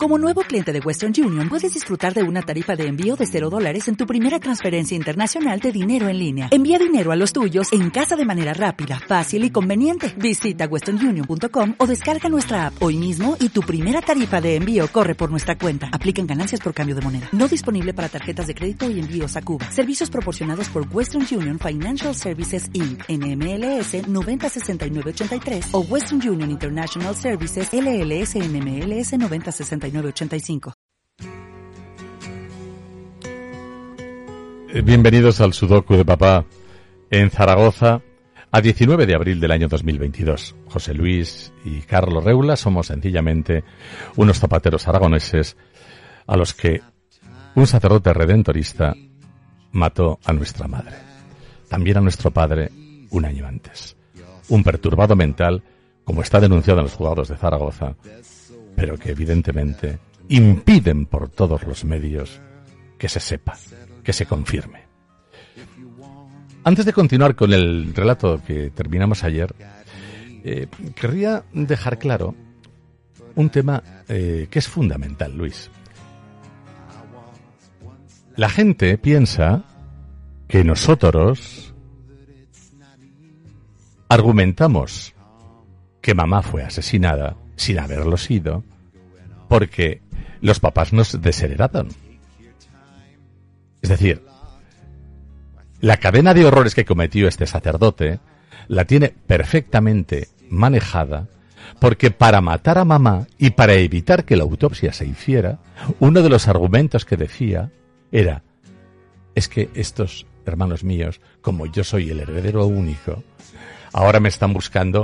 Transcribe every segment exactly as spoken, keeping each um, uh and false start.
Como nuevo cliente de Western Union, puedes disfrutar de una tarifa de envío de cero dólares en tu primera transferencia internacional de dinero en línea. Envía dinero a los tuyos en casa de manera rápida, fácil y conveniente. Visita western union punto com o descarga nuestra app hoy mismo y tu primera tarifa de envío corre por nuestra cuenta. Aplican ganancias por cambio de moneda. No disponible para tarjetas de crédito y envíos a Cuba. Servicios proporcionados por Western Union Financial Services incorporated. N M L S noventa sesenta y nueve ochenta y tres o Western Union International Services L L S N M L S noventa sesenta y nueve ochenta y cinco. Bienvenidos al Sudoku de Papá en Zaragoza a diecinueve de abril del año dos mil veintidós. José Luis y Carlos Reula somos sencillamente unos zapateros aragoneses a los que un sacerdote redentorista mató a nuestra madre, también a nuestro padre un año antes. Un perturbado mental, como está denunciado en los juzgados de Zaragoza, pero que evidentemente impiden por todos los medios que se sepa, que se confirme. Antes de continuar con el relato que terminamos ayer, eh, querría dejar claro un tema eh, que es fundamental, Luis. La gente piensa que nosotros argumentamos que mamá fue asesinada sin haberlo sido porque los papás nos desheredaron. Es decir, la cadena de horrores que cometió este sacerdote la tiene perfectamente manejada porque para matar a mamá y para evitar que la autopsia se hiciera, uno de los argumentos que decía era: es que estos hermanos míos, como yo soy el heredero único, ahora me están buscando,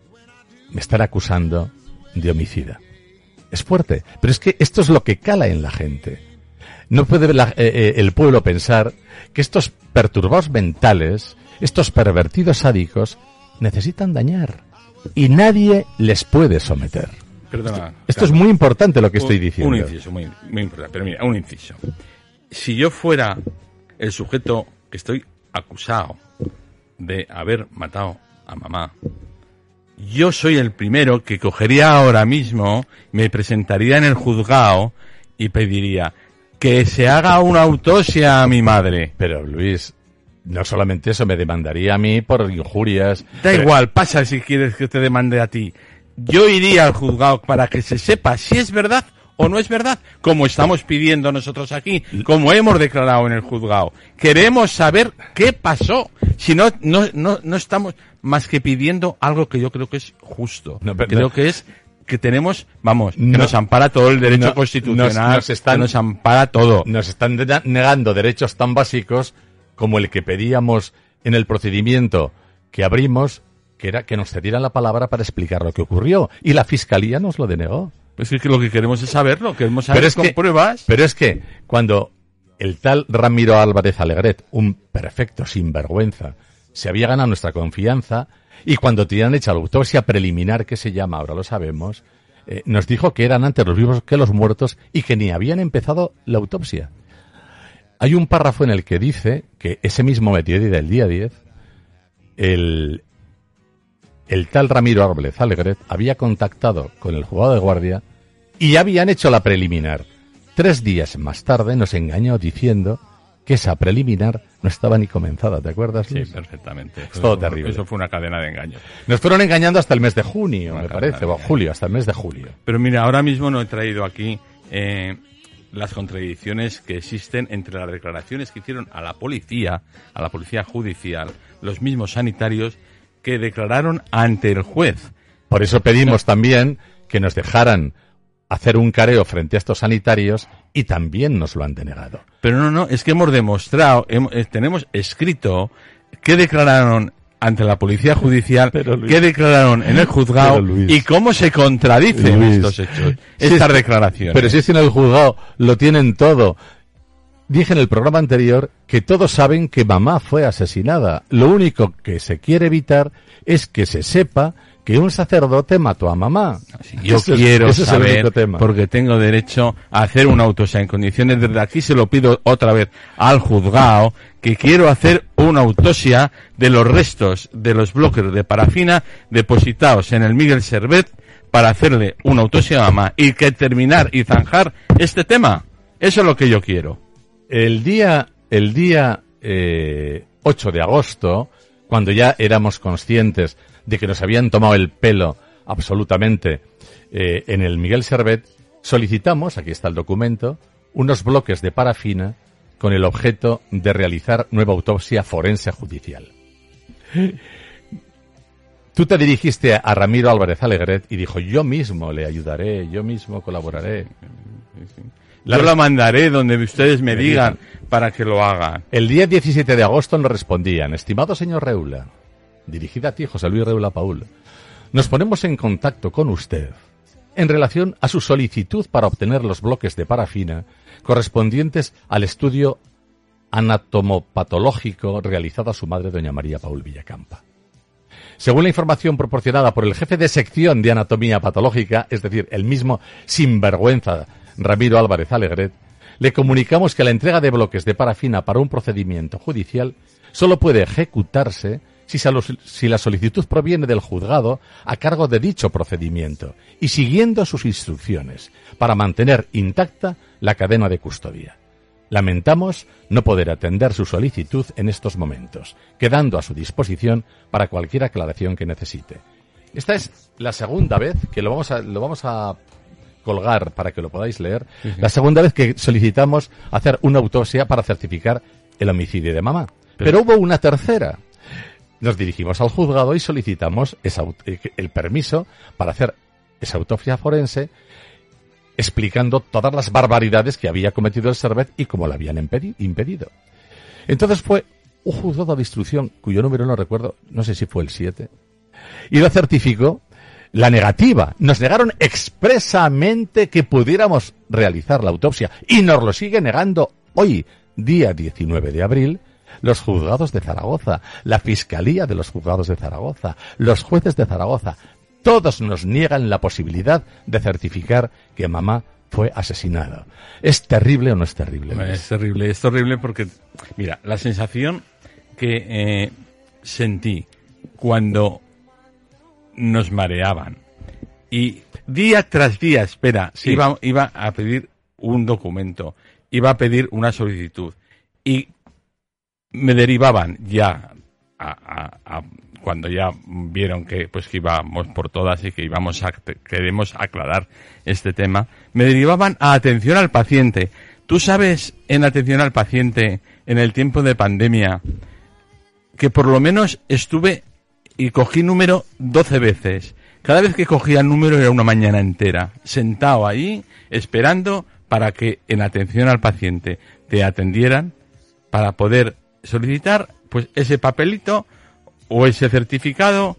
me están acusando de homicida. Es fuerte, pero es que esto es lo que cala en la gente. No puede la, eh, eh, el pueblo pensar que estos perturbados mentales, estos pervertidos sádicos, necesitan dañar y nadie les puede someter. Perdona, esto esto es muy importante lo que estoy diciendo. Un inciso, muy, muy importante. Pero mira, un inciso. Si yo fuera el sujeto que estoy acusado de haber matado a mamá, yo soy el primero que cogería ahora mismo, me presentaría en el juzgado y pediría que se haga una autopsia a mi madre. Pero Luis, no solamente eso, me demandaría a mí por injurias. Da pero... igual, pasa si quieres que te demande a ti. Yo iría al juzgado para que se sepa si es verdad o no es verdad, como estamos pidiendo nosotros aquí, como hemos declarado en el juzgado. Queremos saber qué pasó. Si no, no, no, no estamos más que pidiendo algo que yo creo que es justo. No, pero, creo no. que es que tenemos, vamos, no, que nos ampara todo el derecho no, constitucional, nos, nos están, que nos ampara todo. Nos están negando derechos tan básicos como el que pedíamos en el procedimiento que abrimos, que era que nos cedieran la palabra para explicar lo que ocurrió. Y la Fiscalía nos lo denegó. Pues es que lo que queremos es saberlo, queremos saber pero es con que, pruebas. Pero es que cuando el tal Ramiro Álvarez Alegret, un perfecto sinvergüenza, se había ganado nuestra confianza, y cuando tenían hecha la autopsia preliminar, que se llama, ahora lo sabemos, eh, nos dijo que eran antes los vivos que los muertos y que ni habían empezado la autopsia. Hay un párrafo en el que dice que ese mismo mediodía del día diez, el... el tal Ramiro Álvarez Alegret había contactado con el juzgado de guardia y habían hecho la preliminar. Tres días más tarde nos engañó diciendo que esa preliminar no estaba ni comenzada, ¿te acuerdas, Luis? Sí, perfectamente. Es todo terrible. Eso fue una cadena de engaños. Nos fueron engañando hasta el mes de junio, una me parece, o julio, hasta el mes de julio. Pero mira, ahora mismo no he traído aquí eh, las contradicciones que existen entre las declaraciones que hicieron a la policía, a la policía judicial, los mismos sanitarios, que declararon ante el juez. Por eso pedimos no. también que nos dejaran hacer un careo frente a estos sanitarios y también nos lo han denegado. Pero no, no, es que hemos demostrado, hemos, tenemos escrito que declararon ante la policía judicial, Luis, que declararon en el juzgado y cómo se contradicen Luis, estos hechos, si estas es, declaraciones. Pero si es en el juzgado, lo tienen todo. Dije en el programa anterior que todos saben que mamá fue asesinada. Lo único que se quiere evitar es que se sepa que un sacerdote mató a mamá. Sí, yo ese quiero es, saber, porque tengo derecho a hacer una autopsia en condiciones. Desde aquí se lo pido otra vez al juzgado, que quiero hacer una autopsia de los restos de los bloques de parafina depositados en el Miguel Servet para hacerle una autopsia a mamá y que terminar y zanjar este tema. Eso es lo que yo quiero. El día, el día eh, ocho de agosto, cuando ya éramos conscientes de que nos habían tomado el pelo absolutamente eh, en el Miguel Servet, solicitamos, aquí está el documento, unos bloques de parafina con el objeto de realizar nueva autopsia forense judicial. Tú te dirigiste a Ramiro Álvarez Alegret y dijo, yo mismo le ayudaré, yo mismo colaboraré. Yo la mandaré donde ustedes me digan para que lo hagan. El día diecisiete de agosto nos respondían, estimado señor Reula, dirigida a ti, José Luis Reula Paul, nos ponemos en contacto con usted en relación a su solicitud para obtener los bloques de parafina correspondientes al estudio anatomopatológico realizado a su madre, doña María Paul Villacampa. Según la información proporcionada por el jefe de sección de anatomía patológica, es decir, el mismo sinvergüenza Ramiro Álvarez Alegret, le comunicamos que la entrega de bloques de parafina para un procedimiento judicial solo puede ejecutarse si, si la solicitud proviene del juzgado a cargo de dicho procedimiento y siguiendo sus instrucciones para mantener intacta la cadena de custodia. Lamentamos no poder atender su solicitud en estos momentos, quedando a su disposición para cualquier aclaración que necesite. Esta es la segunda vez que lo vamos a, lo vamos a colgar para que lo podáis leer, sí, sí. La segunda vez que solicitamos hacer una autopsia para certificar el homicidio de mamá. Pero, Pero hubo una tercera. Nos dirigimos al juzgado y solicitamos esa, el permiso para hacer esa autopsia forense, explicando todas las barbaridades que había cometido el Servet y cómo la habían impedido. Entonces fue un juzgado de instrucción, cuyo número no recuerdo, no sé si fue el siete, y lo certificó la negativa. Nos negaron expresamente que pudiéramos realizar la autopsia y nos lo sigue negando hoy, día diecinueve de abril, los juzgados de Zaragoza, la Fiscalía de los Juzgados de Zaragoza, los jueces de Zaragoza. Todos nos niegan la posibilidad de certificar que mamá fue asesinada. ¿Es terrible o no es terrible? Es terrible, es terrible porque, mira, la sensación que eh, sentí cuando nos mareaban y día tras día, espera, sí. iba, iba a pedir un documento, iba a pedir una solicitud y me derivaban ya a, a, a cuando ya vieron que pues que íbamos por todas y que íbamos a queremos aclarar este tema, me derivaban a atención al paciente. Tú sabes, en atención al paciente, en el tiempo de pandemia, que por lo menos estuve y cogí número doce veces. Cada vez que cogía el número era una mañana entera, sentado ahí, esperando para que en atención al paciente te atendieran para poder solicitar pues ese papelito o ese certificado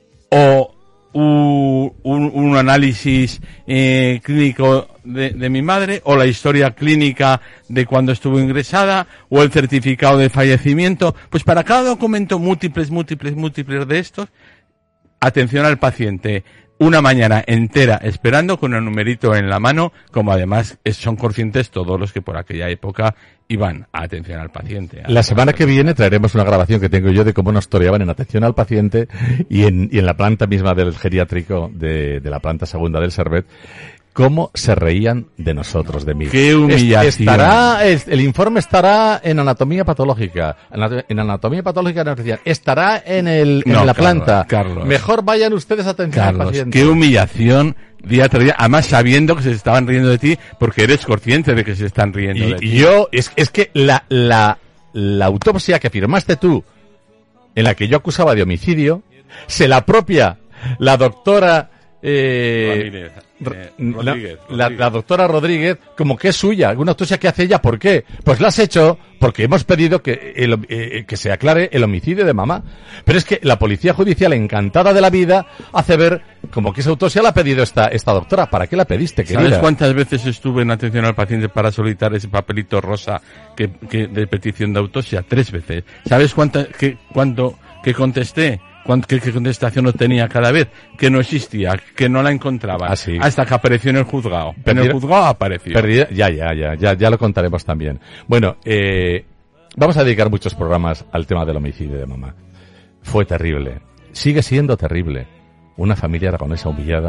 o un, un, un análisis eh, clínico de, de mi madre o la historia clínica de cuando estuvo ingresada o el certificado de fallecimiento. Pues para cada documento múltiples, múltiples, múltiples de estos, atención al paciente. Una mañana entera esperando con el numerito en la mano, como además son conscientes todos los que por aquella época iban a atención al paciente. La semana que viene traeremos una grabación que tengo yo de cómo nos toreaban en atención al paciente y en, y en la planta misma del geriátrico de, de la planta segunda del Servet, cómo se reían de nosotros, de mí. ¡Qué humillación! Estará, el informe estará en anatomía patológica. En anatomía patológica nos decían, estará en, el, en no, la Carlos, planta. Carlos. Mejor vayan ustedes a atención Carlos, al paciente. ¡qué humillación! Día tras día, además sabiendo que se estaban riendo de ti, porque eres consciente de que se están riendo y, de ti. Y yo, es, es que la, la, la autopsia que firmaste tú, en la que yo acusaba de homicidio, se la apropia la doctora... Eh, Ramírez. Eh, la, Rodríguez, la, Rodríguez. la doctora Rodríguez, como que es suya, una autopsia que hace ella, ¿por qué? Pues la has hecho porque hemos pedido que, el, eh, que se aclare el homicidio de mamá. Pero es que la policía judicial, encantada de la vida, hace ver como que esa autopsia la ha pedido esta, esta doctora. ¿Para qué la pediste, querida? ¿Sabes cuántas veces estuve en atención al paciente para solicitar ese papelito rosa que, que de petición de autopsia? Tres veces. ¿Sabes cuántas, que, cuánto, que contesté? ¿Qué, ¿Qué contestación obtenía cada vez? Que no existía, que no la encontraban. Ah, sí. Hasta que apareció en el juzgado. Perdida, en el juzgado apareció. Perdida, ya, ya, ya, ya, ya lo contaremos también. Bueno, eh, vamos a dedicar muchos programas al tema del homicidio de mamá. Fue terrible. Sigue siendo terrible. Una familia aragonesa humillada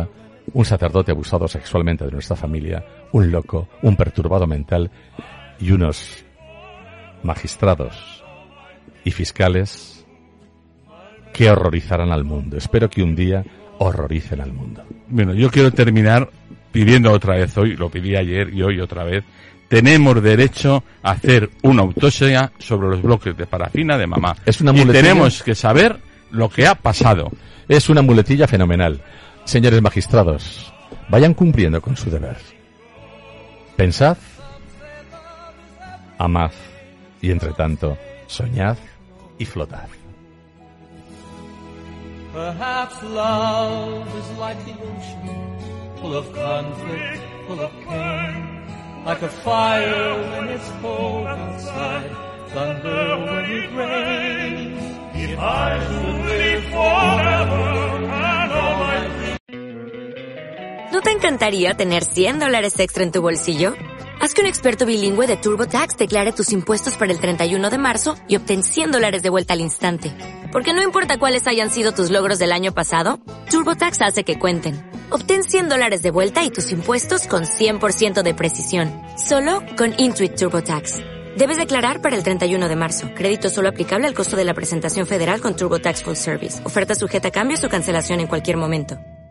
un sacerdote abusado sexualmente de nuestra familia, un loco, un perturbado mental y unos magistrados y fiscales que horrorizarán al mundo. Espero que un día horroricen al mundo. Bueno, yo quiero terminar pidiendo otra vez hoy, lo pedí ayer y hoy otra vez, tenemos derecho a hacer una autopsia sobre los bloques de parafina de mamá. Es una y muletilla. tenemos que saber lo que ha pasado. Es una muletilla fenomenal. Señores magistrados, vayan cumpliendo con su deber. Pensad, amad y entre tanto, soñad y flotad. Perhaps love is like the ocean, full of conflict, full of pain, like a fire when it's cold outside, thunder when it rains. If I should live forever and all I dream. ¿No te encantaría tener cien dólares extra en tu bolsillo? Haz que un experto bilingüe de TurboTax declare tus impuestos para el treinta y uno de marzo y obtén cien dólares de vuelta al instante. Porque no importa cuáles hayan sido tus logros del año pasado, TurboTax hace que cuenten. Obtén cien dólares de vuelta y tus impuestos con cien por ciento de precisión. Solo con Intuit TurboTax. Debes declarar para el treinta y uno de marzo. Crédito solo aplicable al costo de la presentación federal con TurboTax Full Service. Oferta sujeta a cambios o cancelación en cualquier momento.